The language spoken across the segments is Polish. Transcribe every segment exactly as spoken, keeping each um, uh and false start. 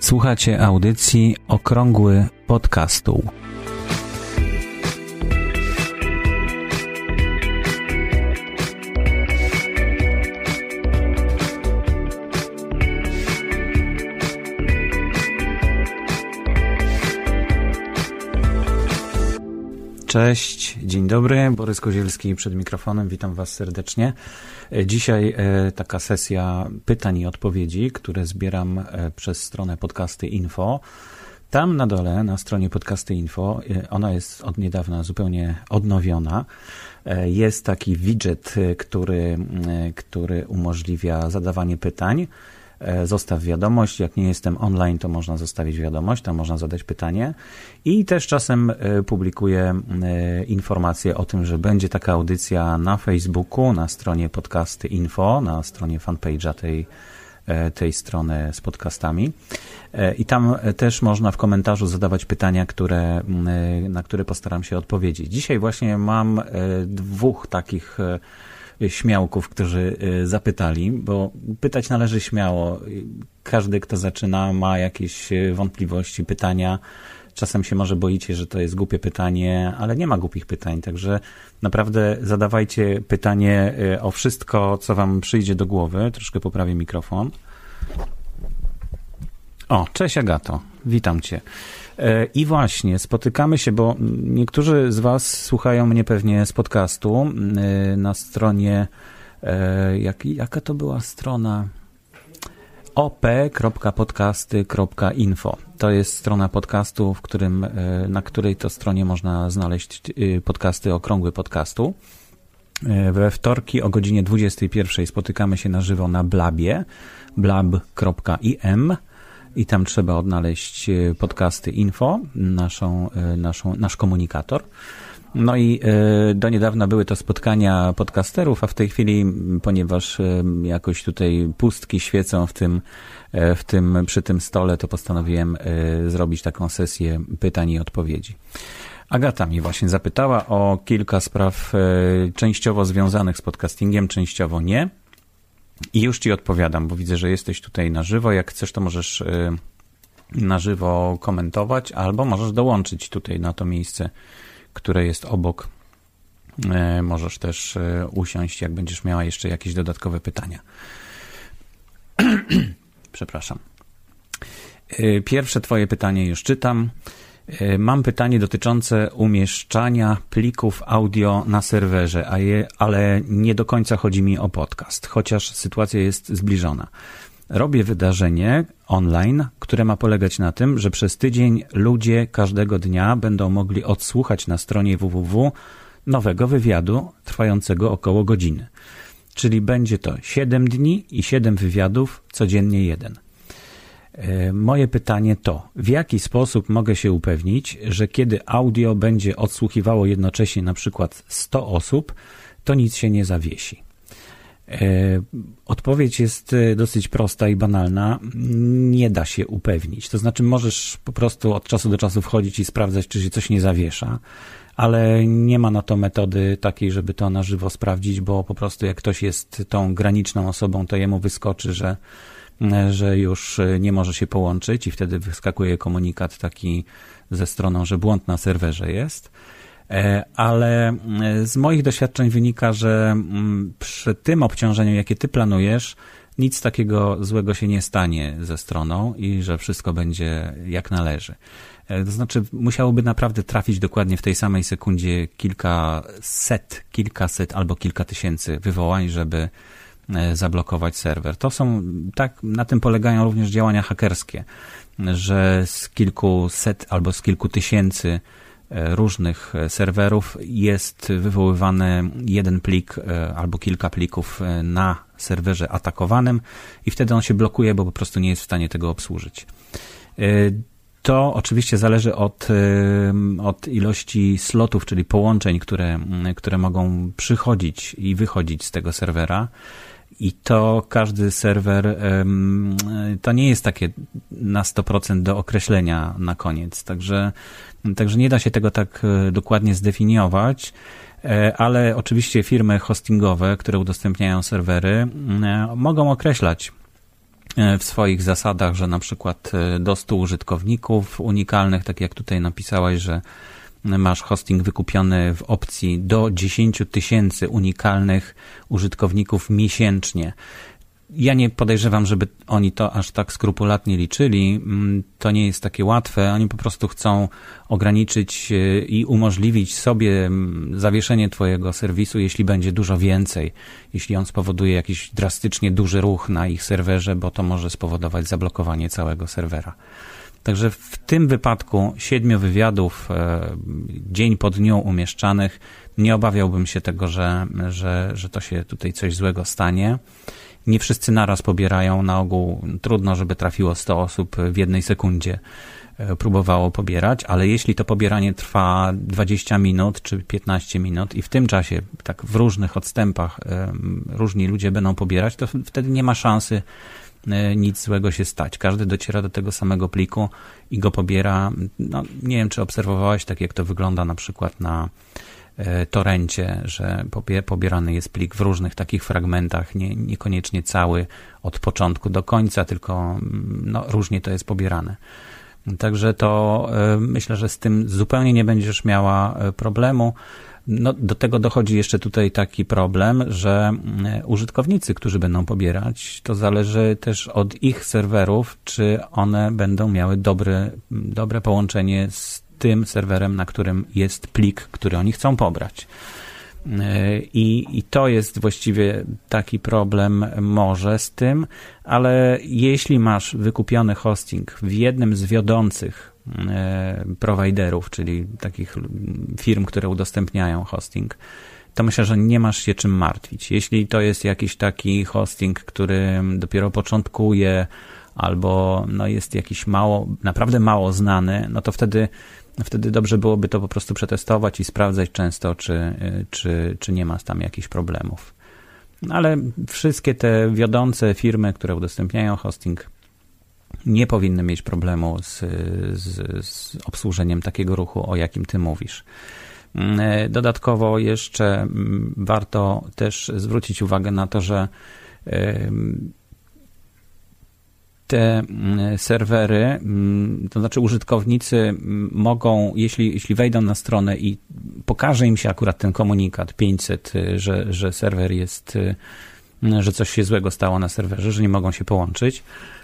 Słuchacie audycji Okrągły Podcastu. Cześć, dzień dobry, Borys Kozielski przed mikrofonem, witam Was serdecznie. Dzisiaj taka sesja pytań i odpowiedzi, które zbieram przez stronę Podcasty Info. Tam na dole, na stronie Podcasty Info, ona jest od niedawna zupełnie odnowiona. Jest taki widget, który, który umożliwia zadawanie pytań. Zostaw wiadomość, jak nie jestem online, to można zostawić wiadomość, tam można zadać pytanie i też czasem publikuję informacje o tym, że będzie taka audycja na Facebooku, na stronie Podcasty Info, na stronie fanpage'a tej, tej strony z podcastami i tam też można w komentarzu zadawać pytania, które, na które postaram się odpowiedzieć. Dzisiaj właśnie mam dwóch takich śmiałków, którzy zapytali, bo pytać należy śmiało. Każdy, kto zaczyna, ma jakieś wątpliwości, pytania. Czasem się może boicie, że to jest głupie pytanie, ale nie ma głupich pytań, także naprawdę zadawajcie pytanie o wszystko, co wam przyjdzie do głowy. Troszkę poprawię mikrofon. O, cześć Agato, witam Cię. I właśnie, spotykamy się, bo niektórzy z Was słuchają mnie pewnie z podcastu na stronie, jak, jaka to była strona? o p kropka podcasty kropka info. To jest strona podcastu, w którym, na której to stronie można znaleźć podcasty, okrągły podcastu. We wtorki o godzinie dwudziestej pierwszej spotykamy się na żywo na Blabie, blab kropka i m. I tam trzeba odnaleźć Podcasty Info, naszą, naszą, nasz komunikator. No i do niedawna były to spotkania podcasterów, a w tej chwili, ponieważ jakoś tutaj pustki świecą w tym, w tym, przy tym stole, to postanowiłem zrobić taką sesję pytań i odpowiedzi. Agata mnie właśnie zapytała o kilka spraw częściowo związanych z podcastingiem, częściowo nie. I już Ci odpowiadam, bo widzę, że jesteś tutaj na żywo. Jak chcesz, to możesz na żywo komentować, albo możesz dołączyć tutaj na to miejsce, które jest obok. Możesz też usiąść, jak będziesz miała jeszcze jakieś dodatkowe pytania. Przepraszam. Pierwsze Twoje pytanie już czytam. Mam pytanie dotyczące umieszczania plików audio na serwerze, a je, ale nie do końca chodzi mi o podcast, chociaż sytuacja jest zbliżona. Robię wydarzenie online, które ma polegać na tym, że przez tydzień ludzie każdego dnia będą mogli odsłuchać na stronie www nowego wywiadu trwającego około godziny. Czyli będzie to siedem dni i siedem wywiadów, codziennie jeden. Moje pytanie to, w jaki sposób mogę się upewnić, że kiedy audio będzie odsłuchiwało jednocześnie na przykład sto osób, to nic się nie zawiesi? Odpowiedź jest dosyć prosta i banalna. Nie da się upewnić. To znaczy możesz po prostu od czasu do czasu wchodzić i sprawdzać, czy się coś nie zawiesza, ale nie ma na to metody takiej, żeby to na żywo sprawdzić, bo po prostu jak ktoś jest tą graniczną osobą, to jemu wyskoczy, że że już nie może się połączyć i wtedy wyskakuje komunikat taki ze stroną, że błąd na serwerze jest. Ale z moich doświadczeń wynika, że przy tym obciążeniu, jakie ty planujesz, nic takiego złego się nie stanie ze stroną i że wszystko będzie jak należy. To znaczy musiałoby naprawdę trafić dokładnie w tej samej sekundzie kilkaset, kilkaset albo kilka tysięcy wywołań, żeby zablokować serwer. To są, tak, na tym polegają również działania hakerskie, że z kilkuset albo z kilku tysięcy różnych serwerów jest wywoływany jeden plik albo kilka plików na serwerze atakowanym i wtedy on się blokuje, bo po prostu nie jest w stanie tego obsłużyć. To oczywiście zależy od, od ilości slotów, czyli połączeń, które, które mogą przychodzić i wychodzić z tego serwera. I to każdy serwer, to nie jest takie na sto procent do określenia na koniec. Także, także nie da się tego tak dokładnie zdefiniować, ale oczywiście firmy hostingowe, które udostępniają serwery, mogą określać w swoich zasadach, że na przykład do stu użytkowników unikalnych, tak jak tutaj napisałaś, że masz hosting wykupiony w opcji do dziesięć tysięcy unikalnych użytkowników miesięcznie. Ja nie podejrzewam, żeby oni to aż tak skrupulatnie liczyli. To nie jest takie łatwe. Oni po prostu chcą ograniczyć i umożliwić sobie zawieszenie twojego serwisu, jeśli będzie dużo więcej. Jeśli on spowoduje jakiś drastycznie duży ruch na ich serwerze, bo to może spowodować zablokowanie całego serwera. Także w tym wypadku siedmiu wywiadów dzień po dniu umieszczanych, nie obawiałbym się tego, że, że, że to się tutaj coś złego stanie. Nie wszyscy naraz pobierają, na ogół trudno, żeby trafiło sto osób w jednej sekundzie próbowało pobierać, ale jeśli to pobieranie trwa dwadzieścia minut czy piętnaście minut i w tym czasie tak w różnych odstępach różni ludzie będą pobierać, to wtedy nie ma szansy nic złego się stać. Każdy dociera do tego samego pliku i go pobiera. No, nie wiem, czy obserwowałeś, tak jak to wygląda na przykład na torrencie, że pobierany jest plik w różnych takich fragmentach, nie, niekoniecznie cały od początku do końca, tylko no, różnie to jest pobierane. Także to myślę, że z tym zupełnie nie będziesz miała problemu. No, do tego dochodzi jeszcze tutaj taki problem, że użytkownicy, którzy będą pobierać, to zależy też od ich serwerów, czy one będą miały dobre, dobre połączenie z tym serwerem, na którym jest plik, który oni chcą pobrać. I, I to jest właściwie taki problem może z tym, ale jeśli masz wykupiony hosting w jednym z wiodących prowajderów, czyli takich firm, które udostępniają hosting, to myślę, że nie masz się czym martwić. Jeśli to jest jakiś taki hosting, który dopiero początkuje albo no jest jakiś mało, naprawdę mało znany, no to wtedy Wtedy dobrze byłoby to po prostu przetestować i sprawdzać często, czy, czy, czy nie ma tam jakichś problemów. Ale wszystkie te wiodące firmy, które udostępniają hosting, nie powinny mieć problemu z, z, z obsłużeniem takiego ruchu, o jakim ty mówisz. Dodatkowo jeszcze warto też zwrócić uwagę na to, że te serwery, to znaczy użytkownicy mogą, jeśli, jeśli wejdą na stronę i pokaże im się akurat ten komunikat pięćset, że, że serwer jest, że coś się złego stało na serwerze, że nie mogą się połączyć,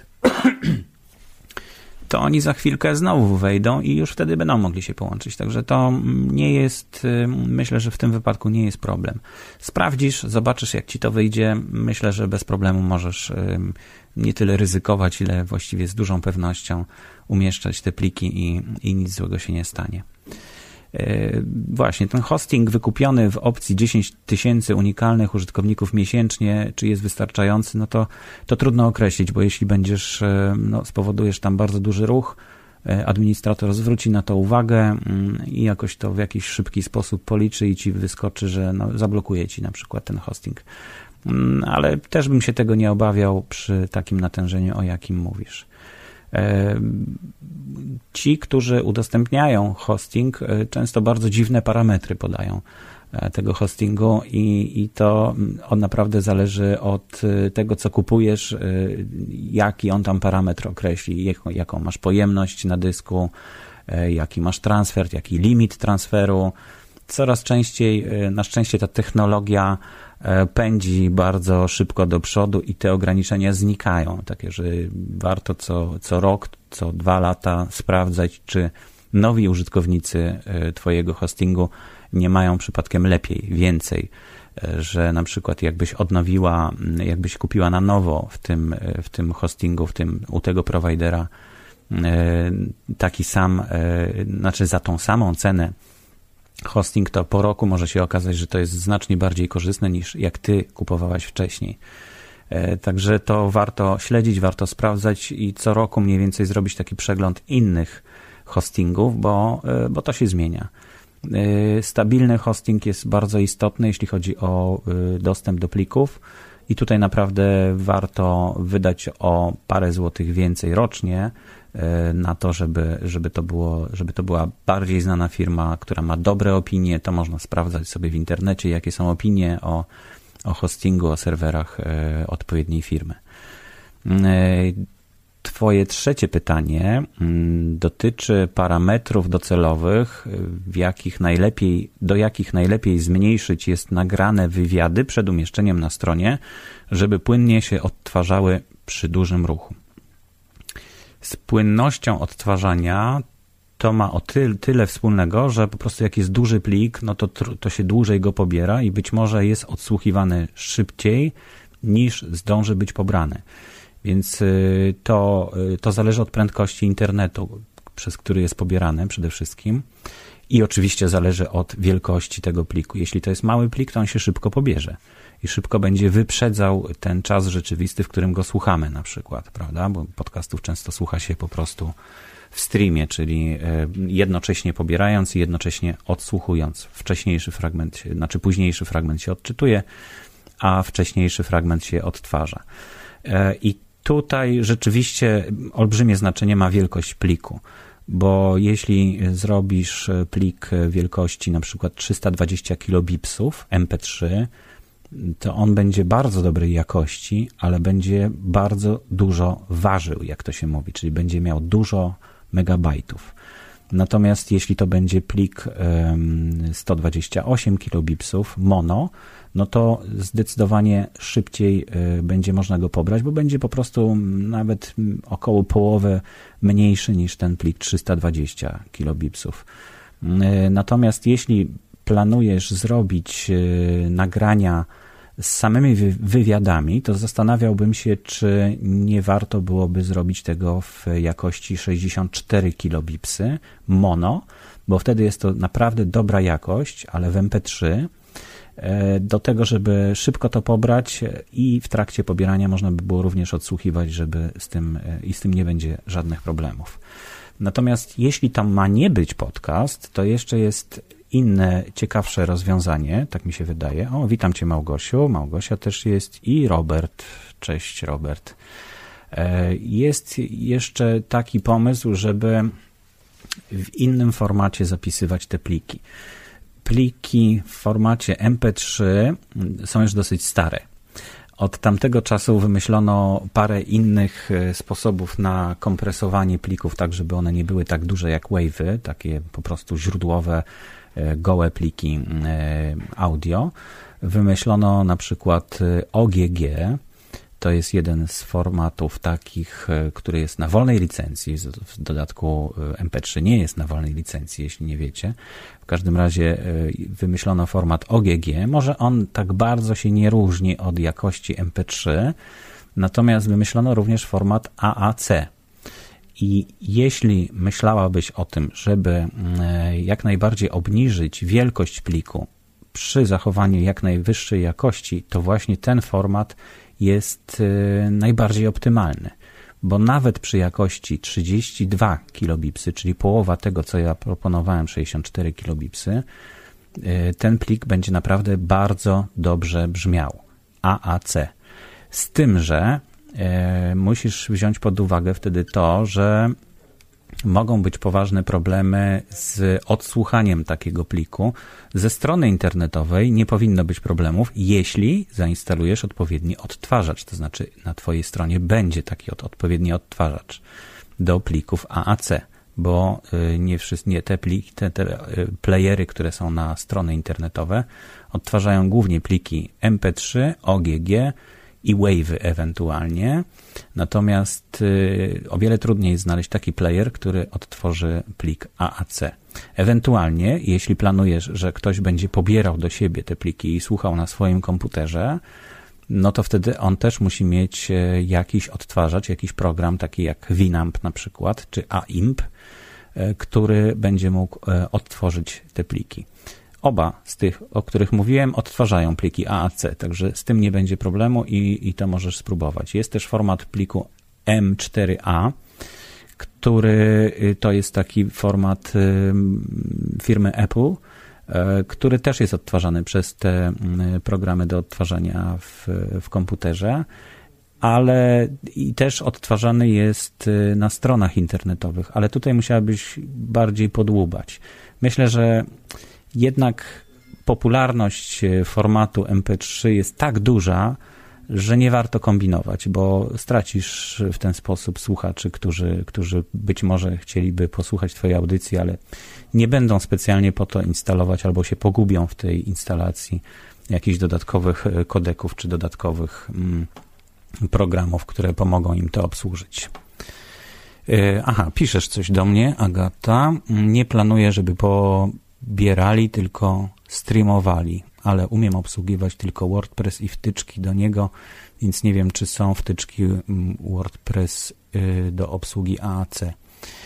to oni za chwilkę znowu wejdą i już wtedy będą mogli się połączyć. Także to nie jest, myślę, że w tym wypadku nie jest problem. Sprawdzisz, zobaczysz, jak ci to wyjdzie. Myślę, że bez problemu możesz nie tyle ryzykować, ile właściwie z dużą pewnością umieszczać te pliki i, i nic złego się nie stanie. Właśnie, ten hosting wykupiony w opcji dziesięć tysięcy unikalnych użytkowników miesięcznie, czy jest wystarczający, no to, to trudno określić, bo jeśli będziesz, no, spowodujesz tam bardzo duży ruch, administrator zwróci na to uwagę i jakoś to w jakiś szybki sposób policzy i ci wyskoczy, że no, zablokuje ci na przykład ten hosting. Ale też bym się tego nie obawiał przy takim natężeniu, o jakim mówisz. Ci, którzy udostępniają hosting, często bardzo dziwne parametry podają tego hostingu i, i to on naprawdę zależy od tego, co kupujesz, jaki on tam parametr określi, jaką, jaką masz pojemność na dysku, jaki masz transfer, jaki limit transferu. Coraz częściej, na szczęście ta technologia pędzi bardzo szybko do przodu i te ograniczenia znikają. Takie, że warto co, co rok, co dwa lata sprawdzać, czy nowi użytkownicy twojego hostingu nie mają przypadkiem lepiej, więcej, że na przykład jakbyś odnowiła, jakbyś kupiła na nowo w tym, w tym hostingu, w tym, u tego prowajdera taki sam, znaczy za tą samą cenę hosting, to po roku może się okazać, że to jest znacznie bardziej korzystne niż jak ty kupowałaś wcześniej. Także to warto śledzić, warto sprawdzać i co roku mniej więcej zrobić taki przegląd innych hostingów, bo, bo to się zmienia. Stabilny hosting jest bardzo istotny, jeśli chodzi o dostęp do plików i tutaj naprawdę warto wydać o parę złotych więcej rocznie na to, żeby, żeby, to było, żeby to była bardziej znana firma, która ma dobre opinie. To można sprawdzać sobie w internecie, jakie są opinie o, o hostingu, o serwerach odpowiedniej firmy. Twoje trzecie pytanie dotyczy parametrów docelowych, w jakich najlepiej, do jakich najlepiej zmniejszyć jest nagrane wywiady przed umieszczeniem na stronie, żeby płynnie się odtwarzały przy dużym ruchu. Z płynnością odtwarzania to ma o tyle, tyle wspólnego, że po prostu jak jest duży plik, no to, to się dłużej go pobiera i być może jest odsłuchiwany szybciej niż zdąży być pobrany. Więc to, to zależy od prędkości internetu, przez który jest pobierany przede wszystkim i oczywiście zależy od wielkości tego pliku. Jeśli to jest mały plik, to on się szybko pobierze i szybko będzie wyprzedzał ten czas rzeczywisty, w którym go słuchamy na przykład, prawda? Bo podcastów często słucha się po prostu w streamie, czyli jednocześnie pobierając i jednocześnie odsłuchując. Wcześniejszy fragment, znaczy późniejszy fragment się odczytuje, a wcześniejszy fragment się odtwarza. I tutaj rzeczywiście olbrzymie znaczenie ma wielkość pliku, bo jeśli zrobisz plik wielkości na przykład trzysta dwadzieścia kilobipsów em pe trzy, to on będzie bardzo dobrej jakości, ale będzie bardzo dużo ważył, jak to się mówi, czyli będzie miał dużo megabajtów. Natomiast jeśli to będzie plik sto dwadzieścia osiem kilobipsów mono, no to zdecydowanie szybciej będzie można go pobrać, bo będzie po prostu nawet około połowę mniejszy niż ten plik trzysta dwadzieścia kilobipsów. Natomiast jeśli planujesz zrobić nagrania z samymi wywiadami, to zastanawiałbym się, czy nie warto byłoby zrobić tego w jakości sześćdziesiąt cztery kilobipsy mono, bo wtedy jest to naprawdę dobra jakość, ale w em pe trzy, do tego, żeby szybko to pobrać i w trakcie pobierania można by było również odsłuchiwać, żeby z tym i z tym nie będzie żadnych problemów. Natomiast jeśli tam ma nie być podcast, to jeszcze jest inne, ciekawsze rozwiązanie, tak mi się wydaje. O, witam Cię, Małgosiu. Małgosia też jest i Robert. Cześć, Robert. Jest jeszcze taki pomysł, żeby w innym formacie zapisywać te pliki. Pliki w formacie em pe trzy są już dosyć stare. Od tamtego czasu wymyślono parę innych sposobów na kompresowanie plików, tak żeby one nie były tak duże jak wave'y, takie po prostu źródłowe, gołe pliki audio. Wymyślono na przykład o ge gie, to jest jeden z formatów takich, który jest na wolnej licencji, w dodatku em pe trzy nie jest na wolnej licencji, jeśli nie wiecie. W każdym razie wymyślono format o ge gie, może on tak bardzo się nie różni od jakości em pe trzy, natomiast wymyślono również format a a ce. I jeśli myślałabyś o tym, żeby jak najbardziej obniżyć wielkość pliku przy zachowaniu jak najwyższej jakości, to właśnie ten format jest najbardziej optymalny, bo nawet przy jakości trzydzieści dwa kilobipsy, czyli połowa tego, co ja proponowałem, sześćdziesiąt cztery kilobipsy, ten plik będzie naprawdę bardzo dobrze brzmiał. a a ce. Z tym, że musisz wziąć pod uwagę wtedy to, że mogą być poważne problemy z odsłuchaniem takiego pliku. Ze strony internetowej nie powinno być problemów, jeśli zainstalujesz odpowiedni odtwarzacz, to znaczy na Twojej stronie będzie taki od, odpowiedni odtwarzacz do plików a a ce, bo nie wszystkie nie te pliki, te, te playery, które są na strony internetowe, odtwarzają głównie pliki em pe trzy, o ge gie i wave'y ewentualnie, natomiast y, o wiele trudniej jest znaleźć taki player, który odtworzy plik a a ce. Ewentualnie, jeśli planujesz, że ktoś będzie pobierał do siebie te pliki i słuchał na swoim komputerze, no to wtedy on też musi mieć jakiś odtwarzacz, jakiś program, taki jak Winamp na przykład, czy a imp, który będzie mógł odtworzyć te pliki. Oba z tych, o których mówiłem, odtwarzają pliki a a ce, także z tym nie będzie problemu i, i to możesz spróbować. Jest też format pliku em cztery a, który to jest taki format firmy Apple, który też jest odtwarzany przez te programy do odtwarzania w, w komputerze, ale i też odtwarzany jest na stronach internetowych, ale tutaj musiałabyś bardziej podłubać. Myślę, że jednak popularność formatu em pe trzy jest tak duża, że nie warto kombinować, bo stracisz w ten sposób słuchaczy, którzy, którzy być może chcieliby posłuchać twojej audycji, ale nie będą specjalnie po to instalować albo się pogubią w tej instalacji jakichś dodatkowych kodeków czy dodatkowych mm, programów, które pomogą im to obsłużyć. Aha, piszesz coś do mnie, Agata. Nie planuję, żeby pobierali, tylko streamowali, ale umiem obsługiwać tylko WordPress i wtyczki do niego, więc nie wiem, czy są wtyczki WordPress do obsługi A A C.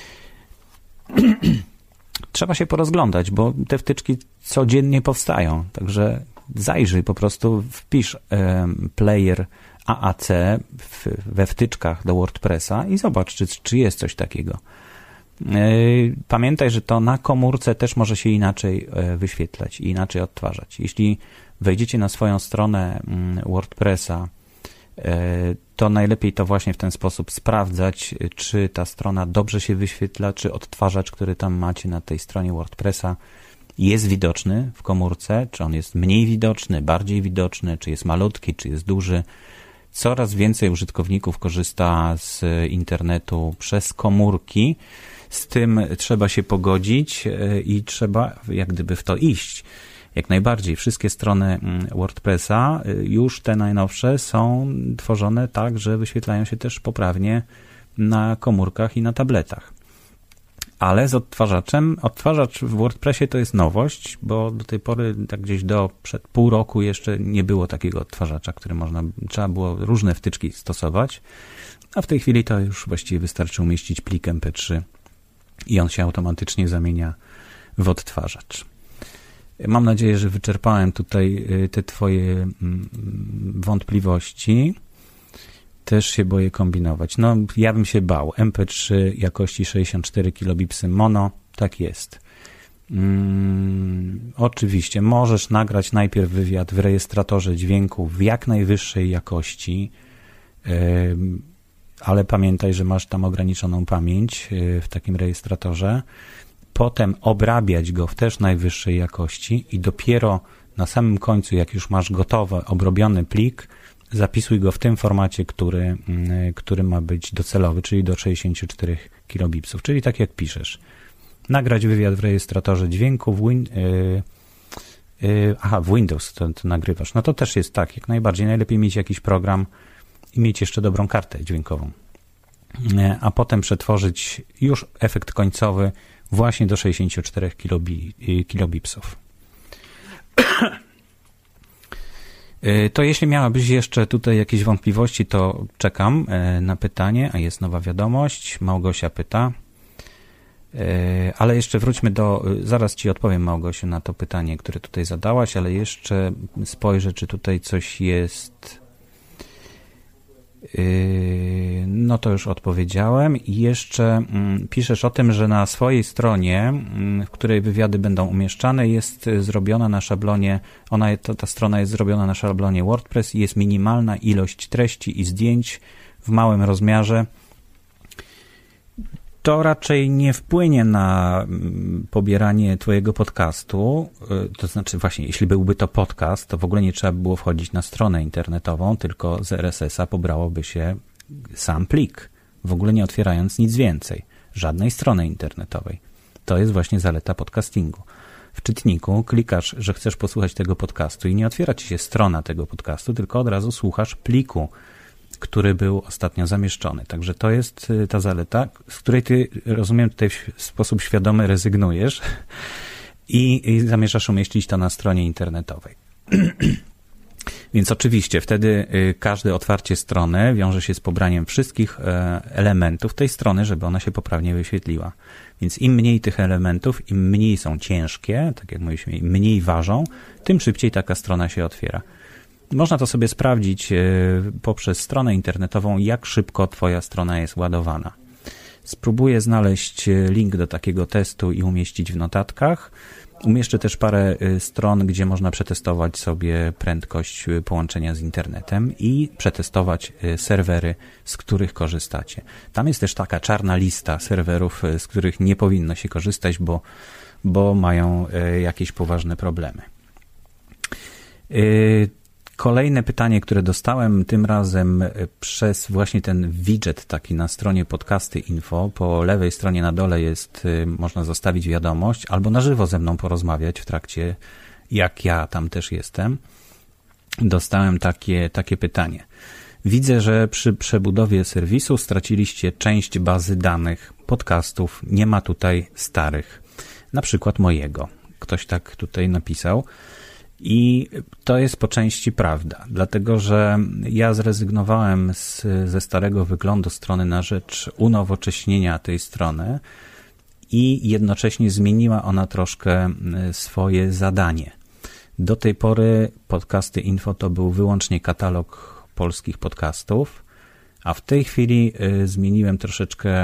Trzeba się porozglądać, bo te wtyczki codziennie powstają, także zajrzyj, po prostu wpisz player A A C w, we wtyczkach do WordPressa i zobacz, czy, czy jest coś takiego. Pamiętaj, że to na komórce też może się inaczej wyświetlać i inaczej odtwarzać. Jeśli wejdziecie na swoją stronę WordPressa, to najlepiej to właśnie w ten sposób sprawdzać, czy ta strona dobrze się wyświetla, czy odtwarzacz, który tam macie na tej stronie WordPressa, jest widoczny w komórce, czy on jest mniej widoczny, bardziej widoczny, czy jest malutki, czy jest duży. Coraz więcej użytkowników korzysta z internetu przez komórki. Z tym trzeba się pogodzić i trzeba jak gdyby w to iść. Jak najbardziej. Wszystkie strony WordPressa, już te najnowsze, są tworzone tak, że wyświetlają się też poprawnie na komórkach i na tabletach. Ale z odtwarzaczem, odtwarzacz w WordPressie to jest nowość, bo do tej pory, tak gdzieś do przed pół roku jeszcze nie było takiego odtwarzacza, który można, trzeba było różne wtyczki stosować, a w tej chwili to już właściwie wystarczy umieścić plik em pe trzy i on się automatycznie zamienia w odtwarzacz. Mam nadzieję, że wyczerpałem tutaj te twoje wątpliwości. Też się boję kombinować. No, ja bym się bał. em pe trzy jakości sześćdziesiąt cztery kilobitsy mono, tak jest. Hmm, oczywiście, możesz nagrać najpierw wywiad w rejestratorze dźwięku w jak najwyższej jakości, yy, ale pamiętaj, że masz tam ograniczoną pamięć yy, w takim rejestratorze. Potem obrabiać go w też najwyższej jakości i dopiero na samym końcu, jak już masz gotowy, obrobiony plik, zapisuj go w tym formacie, który, który ma być docelowy, czyli do sześćdziesiąt cztery kilobitsów, czyli tak jak piszesz. Nagrać wywiad w rejestratorze dźwięku, w, win, yy, yy, aha, w Windows to, to nagrywasz. No to też jest tak, jak najbardziej. Najlepiej mieć jakiś program i mieć jeszcze dobrą kartę dźwiękową. Yy, a potem przetworzyć już efekt końcowy właśnie do sześćdziesiąt cztery kilobitsów. To jeśli miałabyś jeszcze tutaj jakieś wątpliwości, to czekam na pytanie, a jest nowa wiadomość. Małgosia pyta, ale jeszcze wróćmy do, zaraz ci odpowiem, Małgosiu, na to pytanie, które tutaj zadałaś, ale jeszcze spojrzę, czy tutaj coś jest. No to już odpowiedziałem. I jeszcze piszesz o tym, że na swojej stronie, w której wywiady będą umieszczane, jest zrobiona na szablonie, ona, ta, ta strona jest zrobiona na szablonie WordPress i jest minimalna ilość treści i zdjęć w małym rozmiarze. To raczej nie wpłynie na pobieranie twojego podcastu, to znaczy właśnie, jeśli byłby to podcast, to w ogóle nie trzeba by było wchodzić na stronę internetową, tylko z er es es a pobrałoby się sam plik, w ogóle nie otwierając nic więcej, żadnej strony internetowej. To jest właśnie zaleta podcastingu. W czytniku klikasz, że chcesz posłuchać tego podcastu i nie otwiera ci się strona tego podcastu, tylko od razu słuchasz pliku, który był ostatnio zamieszczony. Także to jest ta zaleta, z której ty, rozumiem, tutaj w sposób świadomy rezygnujesz i, i zamierzasz umieścić to na stronie internetowej. Więc oczywiście wtedy każde otwarcie strony wiąże się z pobraniem wszystkich elementów tej strony, żeby ona się poprawnie wyświetliła. Więc im mniej tych elementów, im mniej są ciężkie, tak jak mówiliśmy, im mniej ważą, tym szybciej taka strona się otwiera. Można to sobie sprawdzić poprzez stronę internetową, jak szybko twoja strona jest ładowana. Spróbuję znaleźć link do takiego testu i umieścić w notatkach. Umieszczę też parę stron, gdzie można przetestować sobie prędkość połączenia z internetem i przetestować serwery, z których korzystacie. Tam jest też taka czarna lista serwerów, z których nie powinno się korzystać, bo, bo mają jakieś poważne problemy. Kolejne pytanie, które dostałem tym razem przez właśnie ten widget taki na stronie podcasty info. Po lewej stronie na dole jest, można zostawić wiadomość albo na żywo ze mną porozmawiać w trakcie, jak ja tam też jestem. Dostałem takie, takie pytanie. Widzę, że przy przebudowie serwisu straciliście część bazy danych podcastów. Nie ma tutaj starych. Na przykład mojego. Ktoś tak tutaj napisał. I to jest po części prawda, dlatego że ja zrezygnowałem z, ze starego wyglądu strony na rzecz unowocześnienia tej strony i jednocześnie zmieniła ona troszkę swoje zadanie. Do tej pory podcasty info to był wyłącznie katalog polskich podcastów, a w tej chwili zmieniłem troszeczkę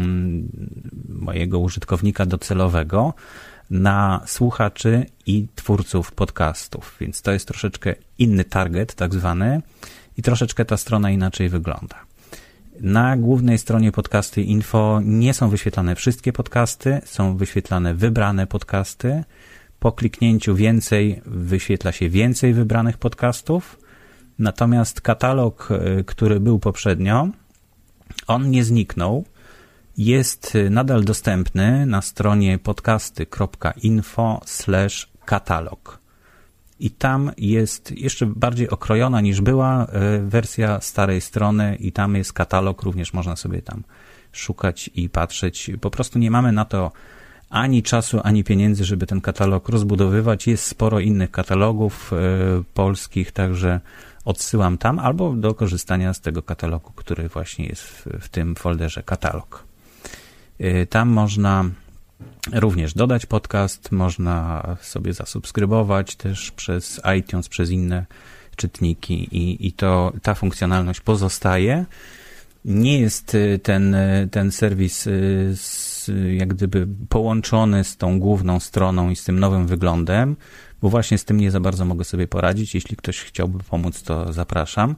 mojego użytkownika docelowego na słuchaczy i twórców podcastów, więc to jest troszeczkę inny target tak zwany i troszeczkę ta strona inaczej wygląda. Na głównej stronie podcasty info nie są wyświetlane wszystkie podcasty, są wyświetlane wybrane podcasty. Po kliknięciu więcej wyświetla się więcej wybranych podcastów, natomiast katalog, który był poprzednio, on nie zniknął. Jest nadal dostępny na stronie podcasty kropka info slash katalog. I tam jest jeszcze bardziej okrojona niż była wersja starej strony i tam jest katalog, również można sobie tam szukać i patrzeć. Po prostu nie mamy na to ani czasu, ani pieniędzy, żeby ten katalog rozbudowywać. Jest sporo innych katalogów polskich, także odsyłam tam albo do korzystania z tego katalogu, który właśnie jest w, w tym folderze katalog. Tam można również dodać podcast, można sobie zasubskrybować też przez iTunes, przez inne czytniki i, i to ta funkcjonalność pozostaje. Nie jest ten, ten serwis z, jak gdyby połączony z tą główną stroną i z tym nowym wyglądem, bo właśnie z tym nie za bardzo mogę sobie poradzić. Jeśli ktoś chciałby pomóc, to zapraszam.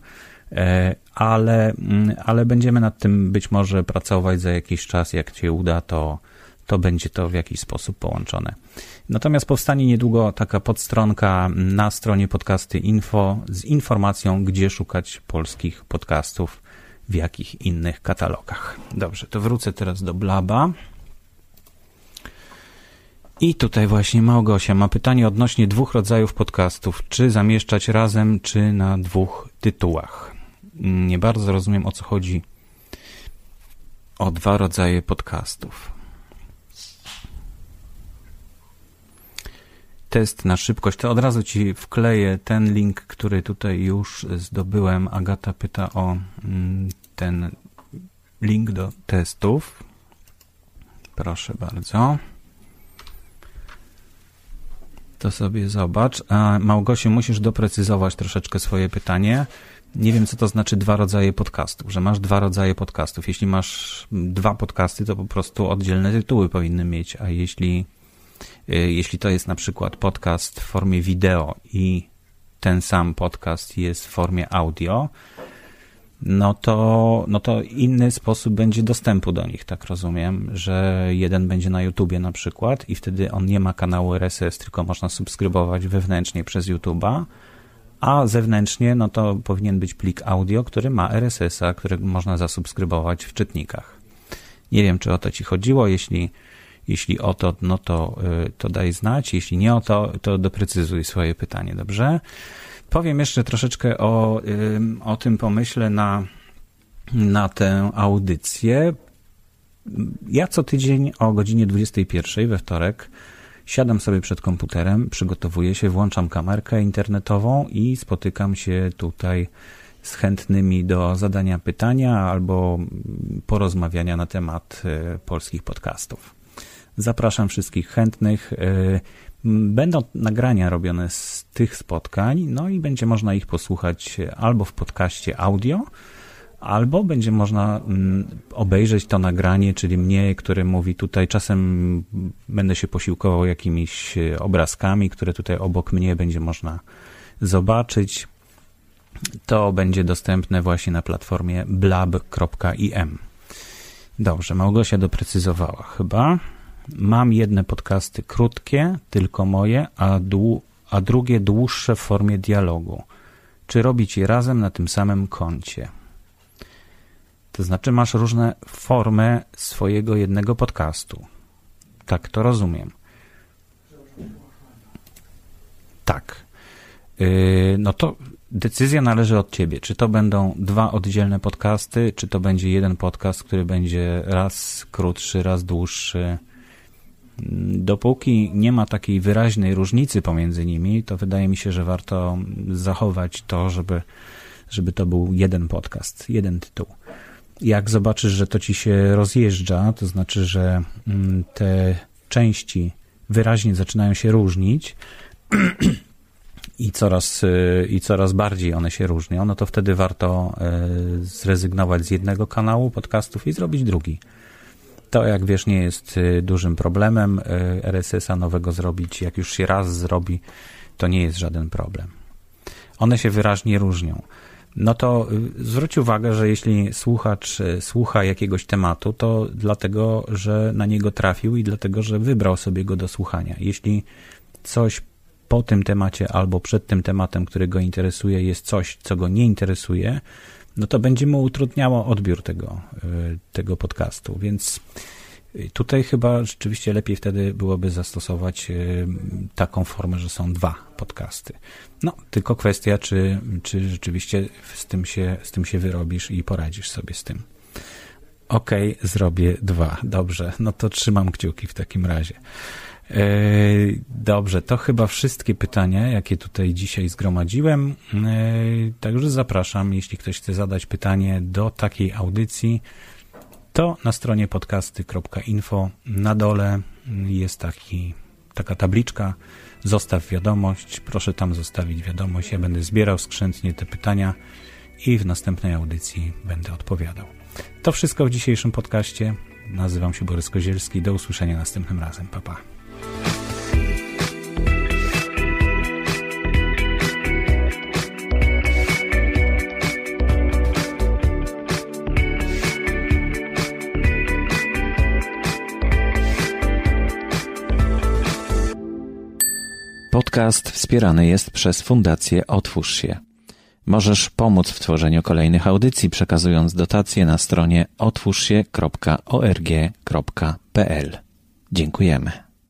Ale, ale będziemy nad tym być może pracować za jakiś czas. Jak się uda, to, to będzie to w jakiś sposób połączone. Natomiast powstanie niedługo taka podstronka na stronie podcasty info z informacją, gdzie szukać polskich podcastów, w jakich innych katalogach. Dobrze, to wrócę teraz do Blaba. I tutaj właśnie Małgosia ma pytanie odnośnie dwóch rodzajów podcastów. Czy zamieszczać razem, czy na dwóch tytułach? Nie bardzo rozumiem, o co chodzi o dwa rodzaje podcastów. Test na szybkość. To od razu Ci wkleję ten link, który tutaj już zdobyłem. Agata pyta o ten link do testów. Proszę bardzo. To sobie zobacz. A Małgosiu, musisz doprecyzować troszeczkę swoje pytanie. Nie wiem, co to znaczy dwa rodzaje podcastów, że masz dwa rodzaje podcastów. Jeśli masz dwa podcasty, to po prostu oddzielne tytuły powinny mieć, a jeśli, jeśli to jest na przykład podcast w formie wideo i ten sam podcast jest w formie audio, no to, no to inny sposób będzie dostępu do nich, tak rozumiem, że jeden będzie na YouTubie na przykład i wtedy on nie ma kanału R S S, tylko można subskrybować wewnętrznie przez YouTube'a, a zewnętrznie no to powinien być plik audio, który ma R S S a, który można zasubskrybować w czytnikach. Nie wiem, czy o to Ci chodziło, jeśli, jeśli o to, no to, to daj znać, jeśli nie o to, to doprecyzuj swoje pytanie, dobrze? Powiem jeszcze troszeczkę o, o tym pomyśle na, na tę audycję. Ja co tydzień o godzinie dwudziestej pierwszej we wtorek siadam sobie przed komputerem, przygotowuję się, włączam kamerkę internetową i spotykam się tutaj z chętnymi do zadania pytania albo porozmawiania na temat polskich podcastów. Zapraszam wszystkich chętnych. Będą nagrania robione z tych spotkań, no i będzie można ich posłuchać albo w podcaście audio, albo będzie można obejrzeć to nagranie, czyli mnie, który mówi tutaj, czasem będę się posiłkował jakimiś obrazkami, które tutaj obok mnie będzie można zobaczyć. To będzie dostępne właśnie na platformie blab kropka i m. Dobrze, Małgosia doprecyzowała chyba. Mam jedne podcasty krótkie, tylko moje, a, dłu- a drugie dłuższe w formie dialogu. czy robić je razem na tym samym koncie. To znaczy masz różne formy swojego jednego podcastu. Tak to rozumiem. Tak. Yy, no to decyzja należy od ciebie. Czy to będą dwa oddzielne podcasty, czy to będzie jeden podcast, który będzie raz krótszy, raz dłuższy. Dopóki nie ma takiej wyraźnej różnicy pomiędzy nimi, to wydaje mi się, że warto zachować to, żeby, żeby to był jeden podcast, jeden tytuł. Jak zobaczysz, że to ci się rozjeżdża, to znaczy, że te części wyraźnie zaczynają się różnić i coraz, i coraz bardziej one się różnią, no to wtedy warto zrezygnować z jednego kanału podcastów i zrobić drugi. To, jak wiesz, nie jest dużym problemem R S S a nowego zrobić. Jak już się raz zrobi, to nie jest żaden problem. One się wyraźnie różnią. No to zwróć uwagę, że jeśli słuchacz słucha jakiegoś tematu, to dlatego, że na niego trafił i dlatego, że wybrał sobie go do słuchania. Jeśli coś po tym temacie albo przed tym tematem, który go interesuje, jest coś, co go nie interesuje, no to będzie mu utrudniało odbiór tego, tego podcastu. Więc tutaj chyba rzeczywiście lepiej wtedy byłoby zastosować taką formę, że są dwa podcasty. No, tylko kwestia, czy, czy rzeczywiście z tym się, z tym się wyrobisz i poradzisz sobie z tym. Okej, okay, zrobię dwa. Dobrze, no to trzymam kciuki w takim razie. Dobrze, to chyba wszystkie pytania, jakie tutaj dzisiaj zgromadziłem. Także zapraszam, jeśli ktoś chce zadać pytanie do takiej audycji, to na stronie podcasty kropka info na dole jest taki, taka tabliczka. Zostaw wiadomość, proszę tam zostawić wiadomość. Ja będę zbierał skrzętnie te pytania i w następnej audycji będę odpowiadał. To wszystko w dzisiejszym podcaście. Nazywam się Borys Kozielski. Do usłyszenia następnym razem. Pa, pa. Podcast wspierany jest przez Fundację Otwórz się. Możesz pomóc w tworzeniu kolejnych audycji, przekazując dotacje na stronie otwórz się kropka org kropka pl. Dziękujemy.